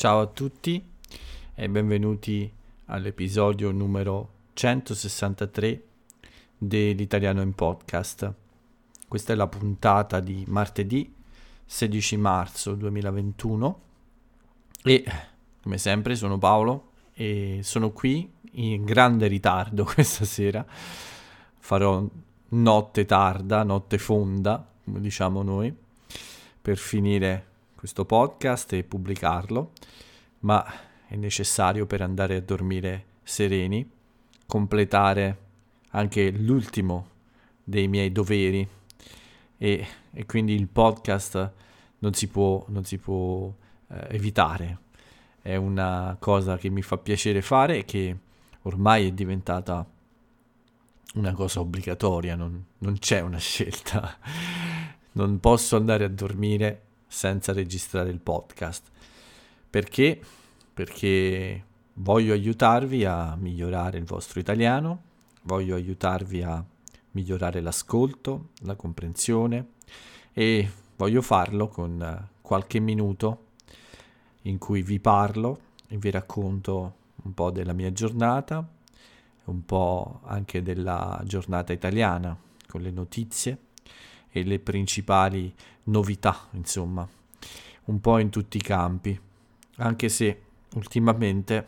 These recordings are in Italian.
Ciao a tutti e benvenuti all'episodio numero 163 dell'Italiano in Podcast. Questa è la puntata di martedì 16 marzo 2021 e come sempre sono Paolo e sono qui in grande ritardo questa sera. Farò notte tarda, notte fonda, come diciamo noi, per finire questo podcast e pubblicarlo, ma è necessario per andare a dormire sereni, completare anche l'ultimo dei miei doveri e quindi il podcast non si può evitare. È una cosa che mi fa piacere fare e che ormai è diventata una cosa obbligatoria, non c'è una scelta. Non posso andare a dormire senza registrare il podcast. Perché? Perché voglio aiutarvi a migliorare il vostro italiano, voglio aiutarvi a migliorare l'ascolto, la comprensione e voglio farlo con qualche minuto in cui vi parlo e vi racconto un po' della mia giornata, un po' anche della giornata italiana, con le notizie e le principali novità, insomma, un po' in tutti i campi, anche se ultimamente,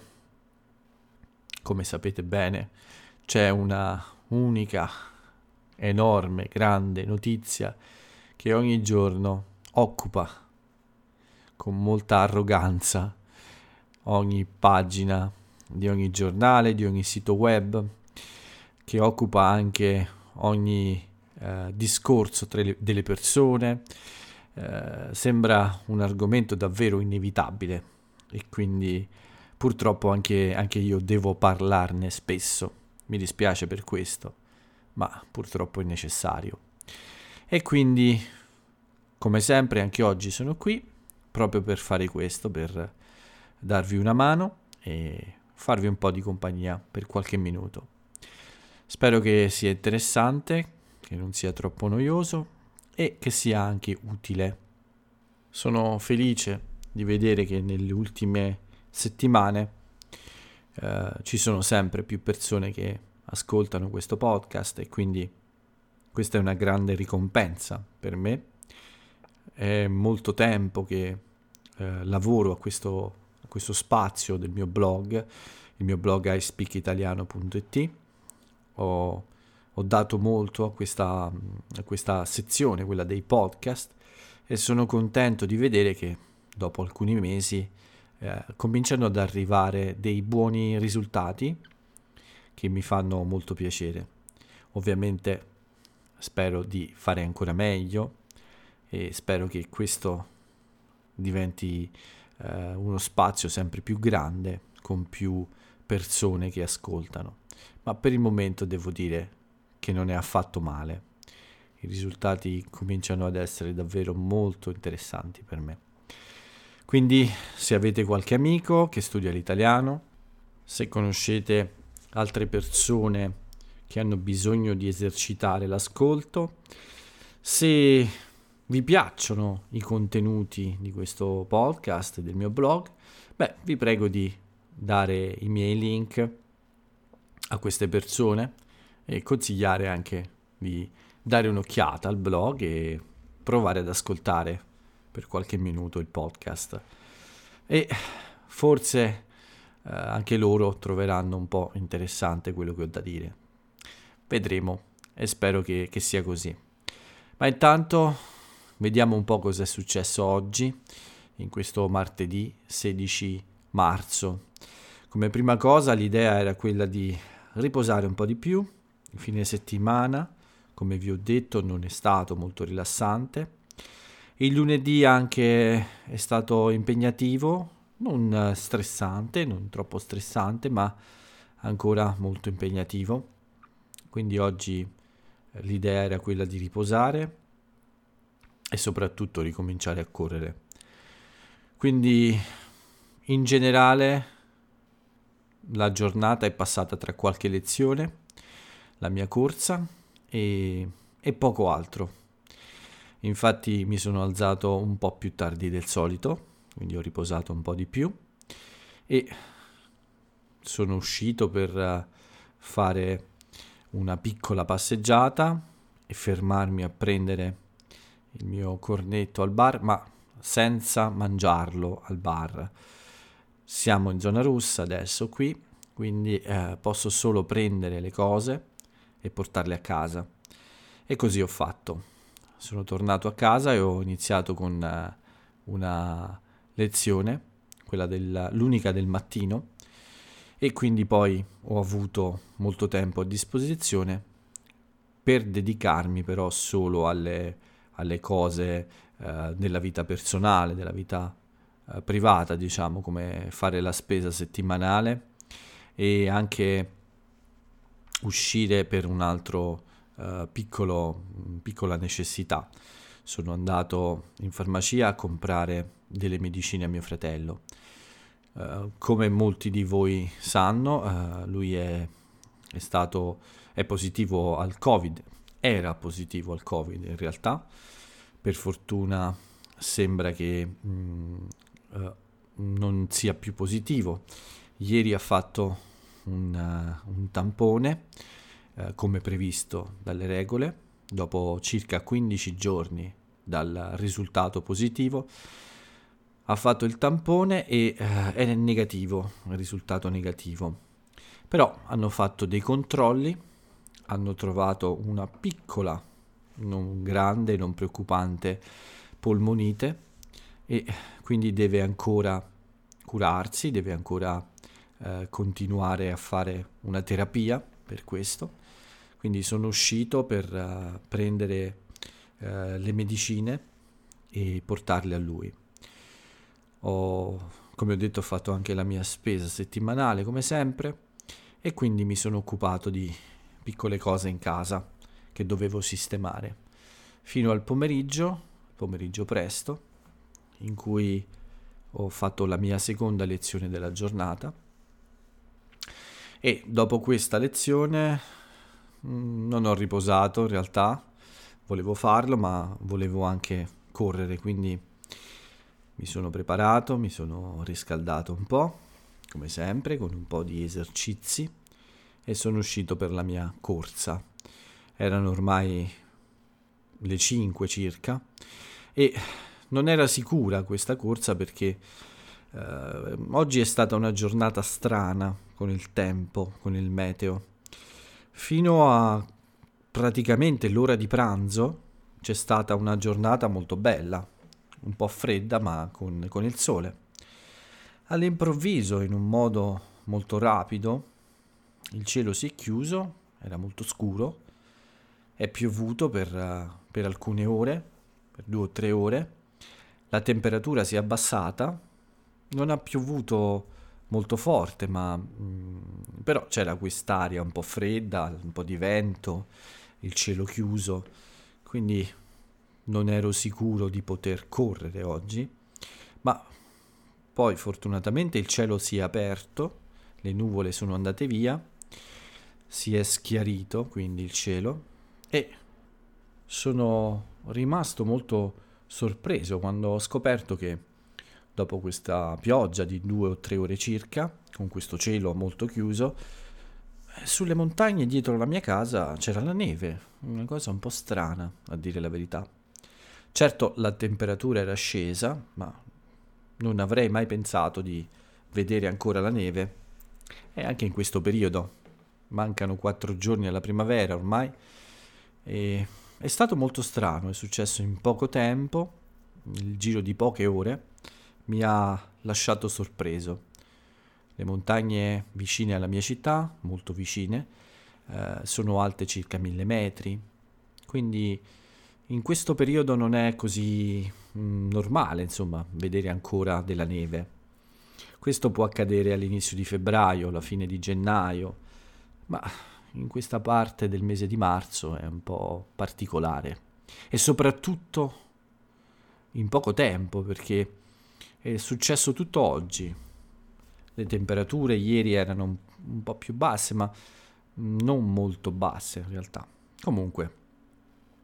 come sapete bene, c'è una unica, enorme, grande notizia che ogni giorno occupa con molta arroganza ogni pagina di ogni giornale, di ogni sito web, che occupa anche ogni discorso delle persone. Sembra un argomento davvero inevitabile e quindi purtroppo anche io devo parlarne spesso. Mi dispiace per questo, ma purtroppo è necessario. E quindi, come sempre, anche oggi sono qui proprio per fare questo, per darvi una mano e farvi un po' di compagnia per qualche minuto. Spero che sia interessante, che non sia troppo noioso e che sia anche utile. Sono felice di vedere che nelle ultime settimane ci sono sempre più persone che ascoltano questo podcast e quindi questa è una grande ricompensa per me. È molto tempo che lavoro a questo spazio del mio blog, il mio blog ispeakitaliano.it. Ho dato molto a questa sezione, quella dei podcast, e sono contento di vedere che dopo alcuni mesi cominciano ad arrivare dei buoni risultati che mi fanno molto piacere. Ovviamente spero di fare ancora meglio e spero che questo diventi uno spazio sempre più grande con più persone che ascoltano, ma per il momento devo dire che non è affatto male. I risultati cominciano ad essere davvero molto interessanti per me. Quindi se avete qualche amico che studia l'italiano, se conoscete altre persone che hanno bisogno di esercitare l'ascolto, se vi piacciono i contenuti di questo podcast, del mio blog, vi prego di dare i miei link a queste persone e consigliare anche di dare un'occhiata al blog e provare ad ascoltare per qualche minuto il podcast. E forse anche loro troveranno un po' interessante quello che ho da dire. Vedremo e spero che sia così. Ma intanto vediamo un po' cosa è successo oggi, in questo martedì 16 marzo. Come prima cosa l'idea era quella di riposare un po' di più. Il fine settimana, come vi ho detto, non è stato molto rilassante. Il lunedì anche è stato impegnativo, non stressante, non troppo stressante, ma ancora molto impegnativo. Quindi oggi l'idea era quella di riposare e soprattutto ricominciare a correre. Quindi in generale la giornata è passata tra qualche lezione, la mia corsa e poco altro. Infatti mi sono alzato un po' più tardi del solito, quindi ho riposato un po' di più e sono uscito per fare una piccola passeggiata e fermarmi a prendere il mio cornetto al bar, ma senza mangiarlo al bar. Siamo in zona rossa adesso qui, quindi posso solo prendere le cose e portarle a casa. E così ho fatto. Sono tornato a casa e ho iniziato con una lezione, l'unica del mattino, e quindi poi ho avuto molto tempo a disposizione per dedicarmi però solo alle cose della vita personale, della vita privata, diciamo, come fare la spesa settimanale e anche uscire per un altro piccola necessità. Sono andato in farmacia a comprare delle medicine a mio fratello. Come molti di voi sanno, lui è positivo al Covid, era positivo al Covid in realtà. Per fortuna sembra che non sia più positivo. Ieri ha fatto un tampone come previsto dalle regole, dopo circa 15 giorni dal risultato positivo. Ha fatto il tampone e è negativo, il risultato negativo. Però hanno fatto dei controlli, hanno trovato una piccola, non grande, non preoccupante polmonite e quindi deve ancora curarsi, deve ancora continuare a fare una terapia per questo. Quindi sono uscito per prendere le medicine e portarle a lui. Come ho detto, ho fatto anche la mia spesa settimanale come sempre e quindi mi sono occupato di piccole cose in casa che dovevo sistemare fino al pomeriggio presto, in cui ho fatto la mia seconda lezione della giornata e dopo questa lezione non ho riposato in realtà, volevo farlo ma volevo anche correre, quindi mi sono preparato, mi sono riscaldato un po', come sempre, con un po' di esercizi e sono uscito per la mia corsa. Erano ormai le 5 circa e non era sicura questa corsa perché oggi è stata una giornata strana con il tempo, con il meteo. Fino a praticamente l'ora di pranzo c'è stata una giornata molto bella, un po' fredda ma con il sole. All'improvviso, in un modo molto rapido, il cielo si è chiuso, era molto scuro, è piovuto per alcune ore, per 2 o 3 ore, la temperatura si è abbassata, non ha piovuto molto forte, ma però c'era quest'aria un po' fredda, un po' di vento, il cielo chiuso, quindi non ero sicuro di poter correre oggi, ma poi fortunatamente il cielo si è aperto, le nuvole sono andate via, si è schiarito quindi il cielo e sono rimasto molto sorpreso quando ho scoperto che dopo questa pioggia di 2 o 3 ore circa, con questo cielo molto chiuso, sulle montagne dietro la mia casa c'era la neve, una cosa un po' strana a dire la verità. Certo, la temperatura era scesa, ma non avrei mai pensato di vedere ancora la neve. E anche in questo periodo, mancano 4 giorni alla primavera ormai, e è stato molto strano, è successo in poco tempo, il giro di poche ore, mi ha lasciato sorpreso. Le montagne vicine alla mia città, molto vicine, sono alte circa 1000 metri, quindi in questo periodo non è così normale, insomma, vedere ancora della neve. Questo può accadere all'inizio di febbraio, alla fine di gennaio, ma in questa parte del mese di marzo è un po' particolare. E soprattutto in poco tempo, perché è successo tutto oggi. Le temperature ieri erano un po' più basse, ma non molto basse in realtà. Comunque,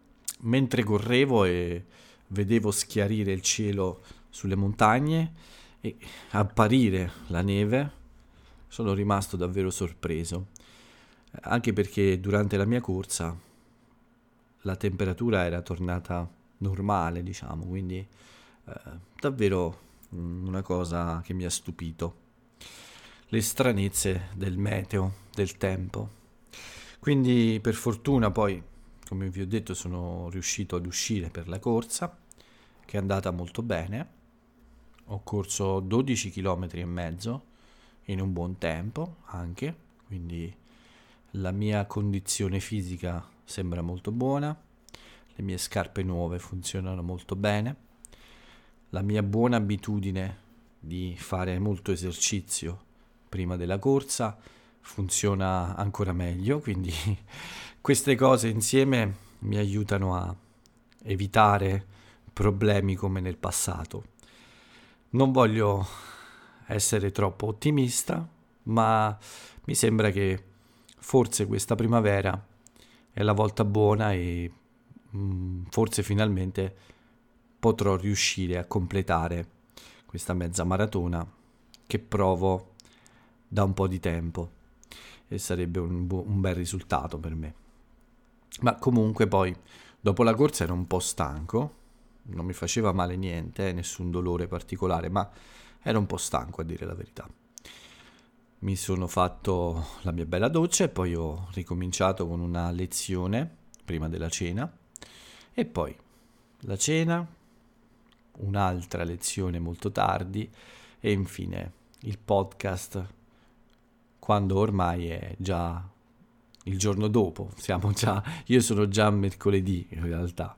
mentre correvo e vedevo schiarire il cielo sulle montagne e apparire la neve sono rimasto davvero sorpreso, anche perché durante la mia corsa la temperatura era tornata normale, diciamo, quindi davvero una cosa che mi ha stupito. Le stranezze del meteo, del tempo. Quindi per fortuna poi, come vi ho detto, sono riuscito ad uscire per la corsa, che è andata molto bene. Ho corso 12 km e mezzo in un buon tempo anche, quindi la mia condizione fisica sembra molto buona, le mie scarpe nuove funzionano molto bene, la mia buona abitudine di fare molto esercizio prima della corsa funziona ancora meglio, quindi queste cose insieme mi aiutano a evitare problemi come nel passato. Non voglio essere troppo ottimista, ma mi sembra che forse questa primavera è la volta buona e forse finalmente potrò riuscire a completare questa mezza maratona che provo da un po' di tempo e sarebbe un bel risultato per me. Ma comunque poi dopo la corsa ero un po' stanco, non mi faceva male niente, nessun dolore particolare, ma ero un po' stanco a dire la verità. Mi sono fatto la mia bella doccia e poi ho ricominciato con una lezione prima della cena e poi la cena, un'altra lezione molto tardi e infine il podcast quando ormai è già il giorno dopo, io sono già a mercoledì in realtà,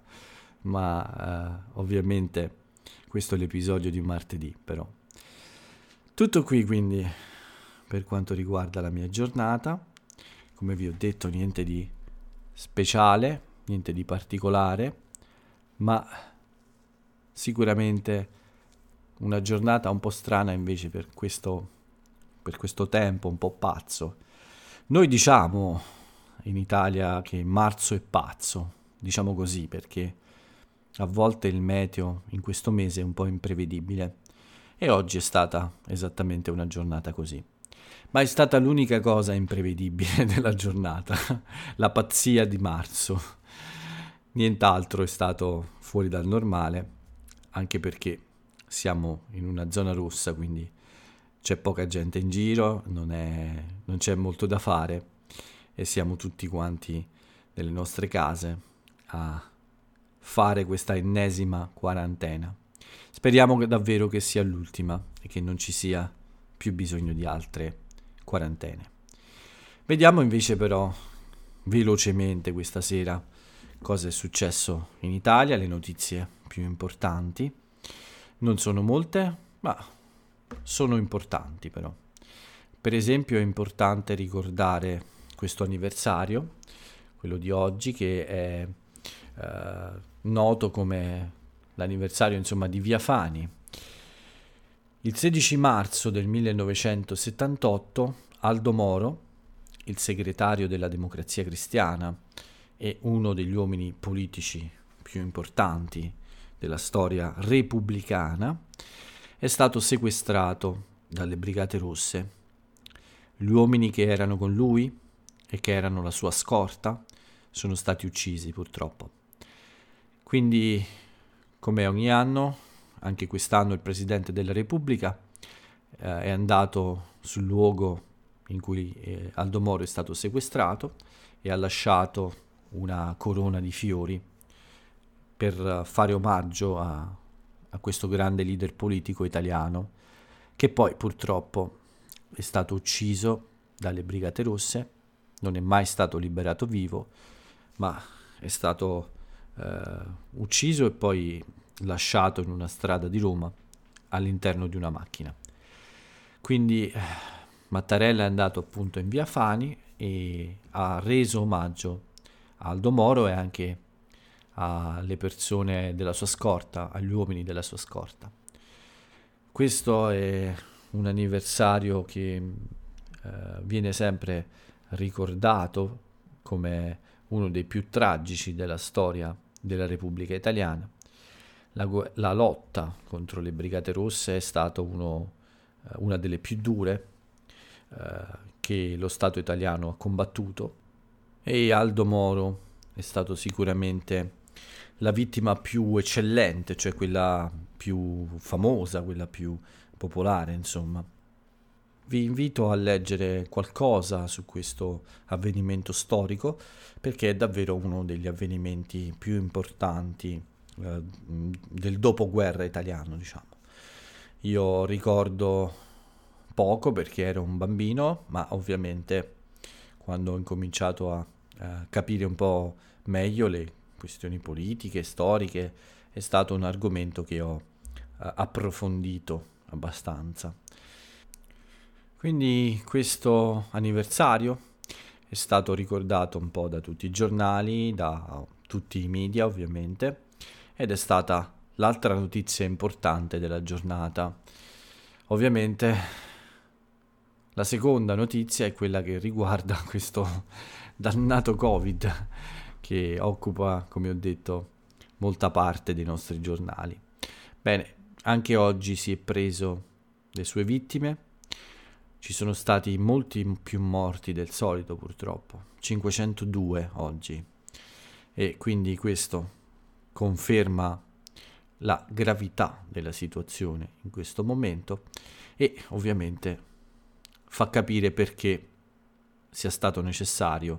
ma ovviamente questo è l'episodio di martedì, però. Tutto qui quindi per quanto riguarda la mia giornata, come vi ho detto niente di speciale, niente di particolare, ma sicuramente una giornata un po' strana invece per questo tempo un po' pazzo. Noi diciamo in Italia che marzo è pazzo, diciamo così, perché a volte il meteo in questo mese è un po' imprevedibile e oggi è stata esattamente una giornata così. Ma è stata l'unica cosa imprevedibile della giornata, la pazzia di marzo. Nient'altro è stato fuori dal normale, anche perché siamo in una zona rossa, quindi c'è poca gente in giro, non c'è molto da fare e siamo tutti quanti nelle nostre case a fare questa ennesima quarantena. Speriamo davvero che sia l'ultima e che non ci sia più bisogno di altre quarantene. Vediamo invece però velocemente questa sera cosa è successo in Italia, le notizie più importanti. Non sono molte, ma sono importanti però. Per esempio è importante ricordare questo anniversario, quello di oggi, che è noto come l'anniversario insomma di Via Fani. Il 16 marzo del 1978 Aldo Moro, il segretario della Democrazia Cristiana e uno degli uomini politici più importanti della storia repubblicana, è stato sequestrato dalle Brigate Rosse. Gli uomini che erano con lui e che erano la sua scorta sono stati uccisi purtroppo. Quindi, come ogni anno, anche quest'anno il Presidente della Repubblica è andato sul luogo in cui Aldo Moro è stato sequestrato e ha lasciato una corona di fiori per fare omaggio a questo grande leader politico italiano che poi purtroppo è stato ucciso dalle Brigate Rosse, non è mai stato liberato vivo, ma è stato ucciso e poi lasciato in una strada di Roma all'interno di una macchina. Quindi Mattarella è andato appunto in Via Fani e ha reso omaggio a Aldo Moro e anche alle persone della sua scorta, agli uomini della sua scorta. Questo è un anniversario che viene sempre ricordato come uno dei più tragici della storia della Repubblica Italiana. La lotta contro le Brigate Rosse è stata una delle più dure che lo Stato italiano ha combattuto, e Aldo Moro è stato sicuramente la vittima più eccellente, cioè quella più famosa, quella più popolare, insomma. Vi invito a leggere qualcosa su questo avvenimento storico, perché è davvero uno degli avvenimenti più importanti del dopoguerra italiano, diciamo. Io ricordo poco perché ero un bambino, ma ovviamente quando ho incominciato a capire un po' meglio le questioni politiche, storiche, è stato un argomento che ho approfondito abbastanza. Quindi questo anniversario è stato ricordato un po' da tutti i giornali, da tutti i media ovviamente, ed è stata l'altra notizia importante della giornata. Ovviamente la seconda notizia è quella che riguarda questo dannato Covid che occupa, come ho detto, molta parte dei nostri giornali. Bene, anche oggi si è preso le sue vittime. Ci sono stati molti più morti del solito, purtroppo, 502 oggi, e quindi questo conferma la gravità della situazione in questo momento e ovviamente fa capire perché sia stato necessario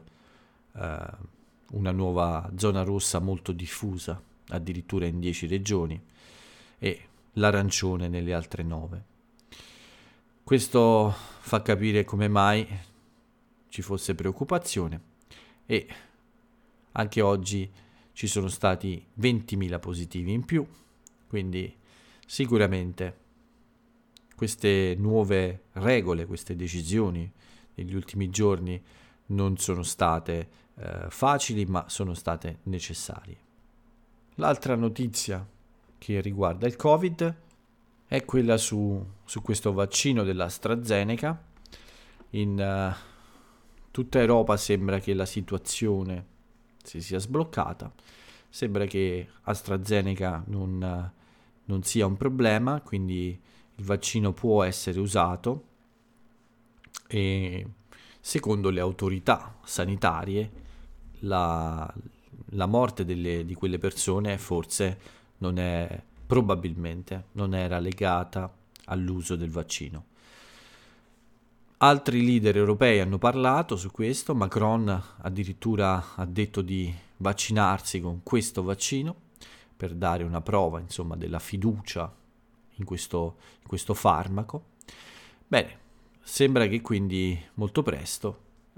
una nuova zona rossa molto diffusa, addirittura in 10 regioni, e l'arancione nelle altre 9. Questo fa capire come mai ci fosse preoccupazione, e anche oggi ci sono stati 20.000 positivi in più, quindi sicuramente queste nuove regole, queste decisioni negli ultimi giorni non sono state facili, ma sono state necessarie. L'altra notizia che riguarda il Covid è quella su questo vaccino dell'AstraZeneca. In tutta Europa sembra che la situazione si sia sbloccata, sembra che AstraZeneca non sia un problema, quindi il vaccino può essere usato, e secondo le autorità sanitarie la morte di quelle persone probabilmente non era legata all'uso del vaccino. Altri leader europei hanno parlato su questo. Macron addirittura ha detto di vaccinarsi con questo vaccino per dare una prova, insomma, della fiducia in questo farmaco. Bene, sembra che quindi molto presto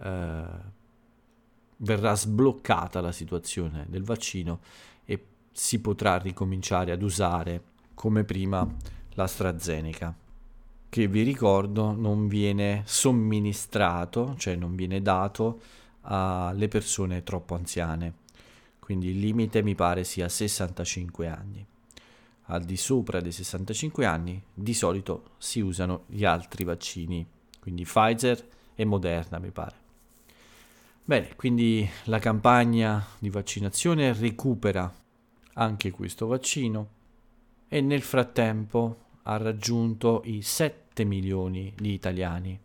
verrà sbloccata la situazione del vaccino e si potrà ricominciare ad usare come prima l'AstraZeneca, che vi ricordo non viene somministrato, cioè non viene dato alle persone troppo anziane, quindi il limite mi pare sia 65 anni. Al di sopra dei 65 anni di solito si usano gli altri vaccini, quindi Pfizer e Moderna mi pare. Bene, quindi la campagna di vaccinazione recupera anche questo vaccino e nel frattempo ha raggiunto i 7 milioni di italiani.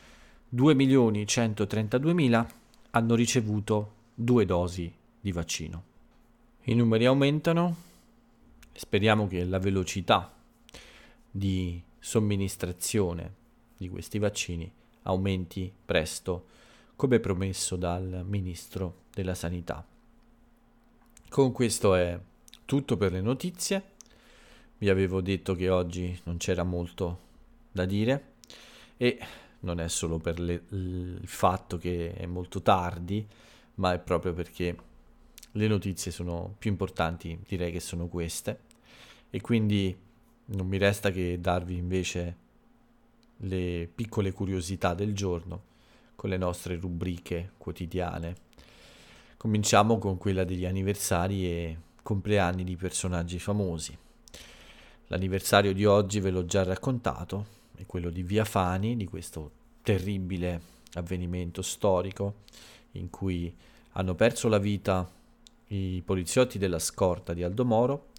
2.132.000 hanno ricevuto 2 dosi di vaccino. I numeri aumentano, speriamo che la velocità di somministrazione di questi vaccini aumenti presto, come promesso dal Ministro della Sanità. Con questo è tutto per le notizie. Vi avevo detto che oggi non c'era molto da dire, e non è solo per il fatto che è molto tardi, ma è proprio perché le notizie sono più importanti, direi che sono queste, e quindi non mi resta che darvi invece le piccole curiosità del giorno con le nostre rubriche quotidiane. Cominciamo con quella degli anniversari e compleanni di personaggi famosi. L'anniversario di oggi ve l'ho già raccontato, è quello di Via Fani, di questo terribile avvenimento storico in cui hanno perso la vita i poliziotti della scorta di Aldo Moro,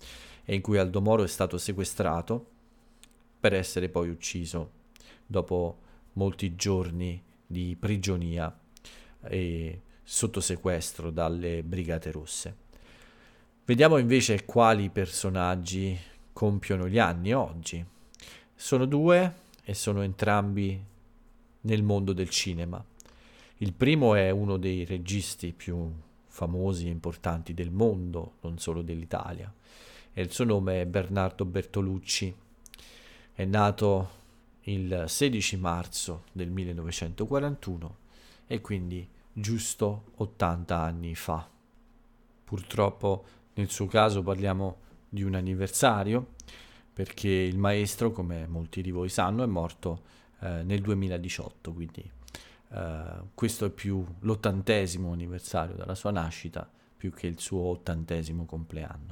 e in cui Aldo Moro è stato sequestrato per essere poi ucciso dopo molti giorni di prigionia e sotto sequestro dalle Brigate Rosse. Vediamo invece quali personaggi compiono gli anni oggi. Sono due e sono entrambi nel mondo del cinema. Il primo è uno dei registi più famosi e importanti del mondo, non solo dell'Italia, e il suo nome è Bernardo Bertolucci. È nato il 16 marzo del 1941 e quindi giusto 80 anni fa. Purtroppo nel suo caso parliamo di un anniversario, perché il maestro, come molti di voi sanno, è morto nel 2018, quindi questo è più l'80° anniversario dalla sua nascita, più che il suo 80° compleanno.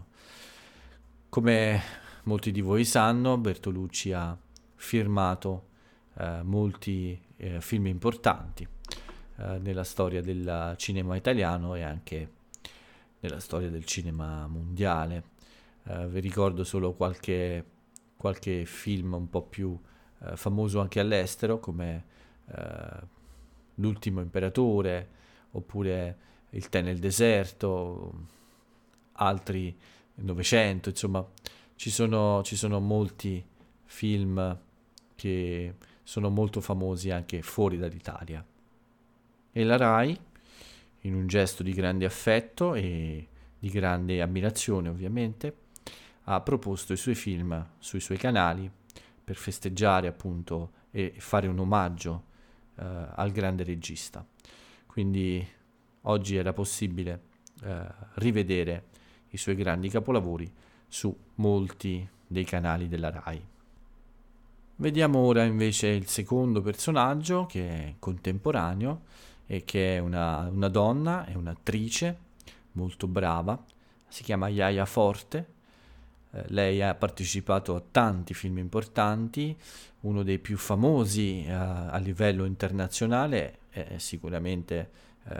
Come molti di voi sanno, Bertolucci ha firmato molti film importanti nella storia del cinema italiano e anche nella storia del cinema mondiale. Vi ricordo solo qualche film un po' più famoso anche all'estero, come L'ultimo imperatore, oppure Il tè nel deserto, altri Novecento, insomma ci sono molti film che sono molto famosi anche fuori dall'Italia. E la Rai, in un gesto di grande affetto e di grande ammirazione ovviamente, ha proposto i suoi film sui suoi canali per festeggiare appunto e fare un omaggio al grande regista. Quindi oggi era possibile rivedere i suoi grandi capolavori su molti dei canali della Rai. Vediamo ora invece il secondo personaggio, che è contemporaneo e che è una donna, è un'attrice molto brava, si chiama Yaya Forte. Lei ha partecipato a tanti film importanti, uno dei più famosi a livello internazionale è sicuramente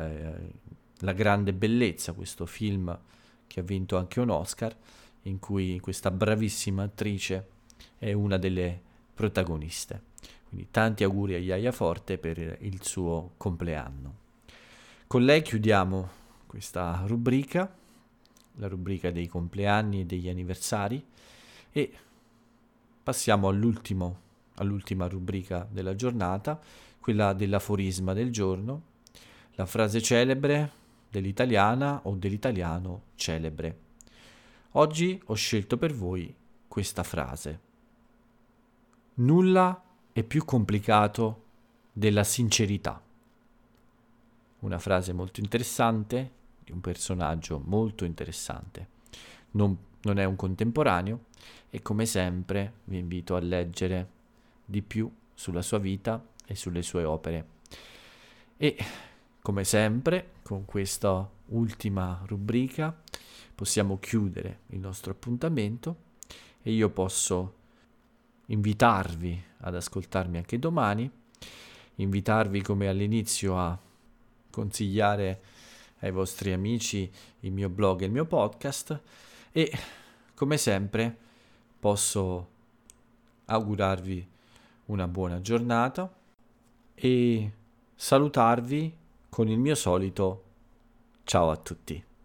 La grande bellezza, questo film che ha vinto anche un Oscar, in cui questa bravissima attrice è una delle protagoniste. Quindi tanti auguri a Yaya Forte per il suo compleanno. Con lei chiudiamo questa rubrica, la rubrica dei compleanni e degli anniversari, e passiamo all'ultima rubrica della giornata, quella dell'aforisma del giorno, la frase celebre dell'italiana o dell'italiano celebre. Oggi ho scelto per voi questa frase: nulla è più complicato della sincerità. Una frase molto interessante di un personaggio molto interessante. Non è un contemporaneo e come sempre vi invito a leggere di più sulla sua vita e sulle sue opere. E come sempre, con questa ultima rubrica possiamo chiudere il nostro appuntamento e io posso invitarvi ad ascoltarmi anche domani, invitarvi come all'inizio a consigliare ai vostri amici il mio blog e il mio podcast e come sempre posso augurarvi una buona giornata e salutarvi con il mio solito ciao a tutti.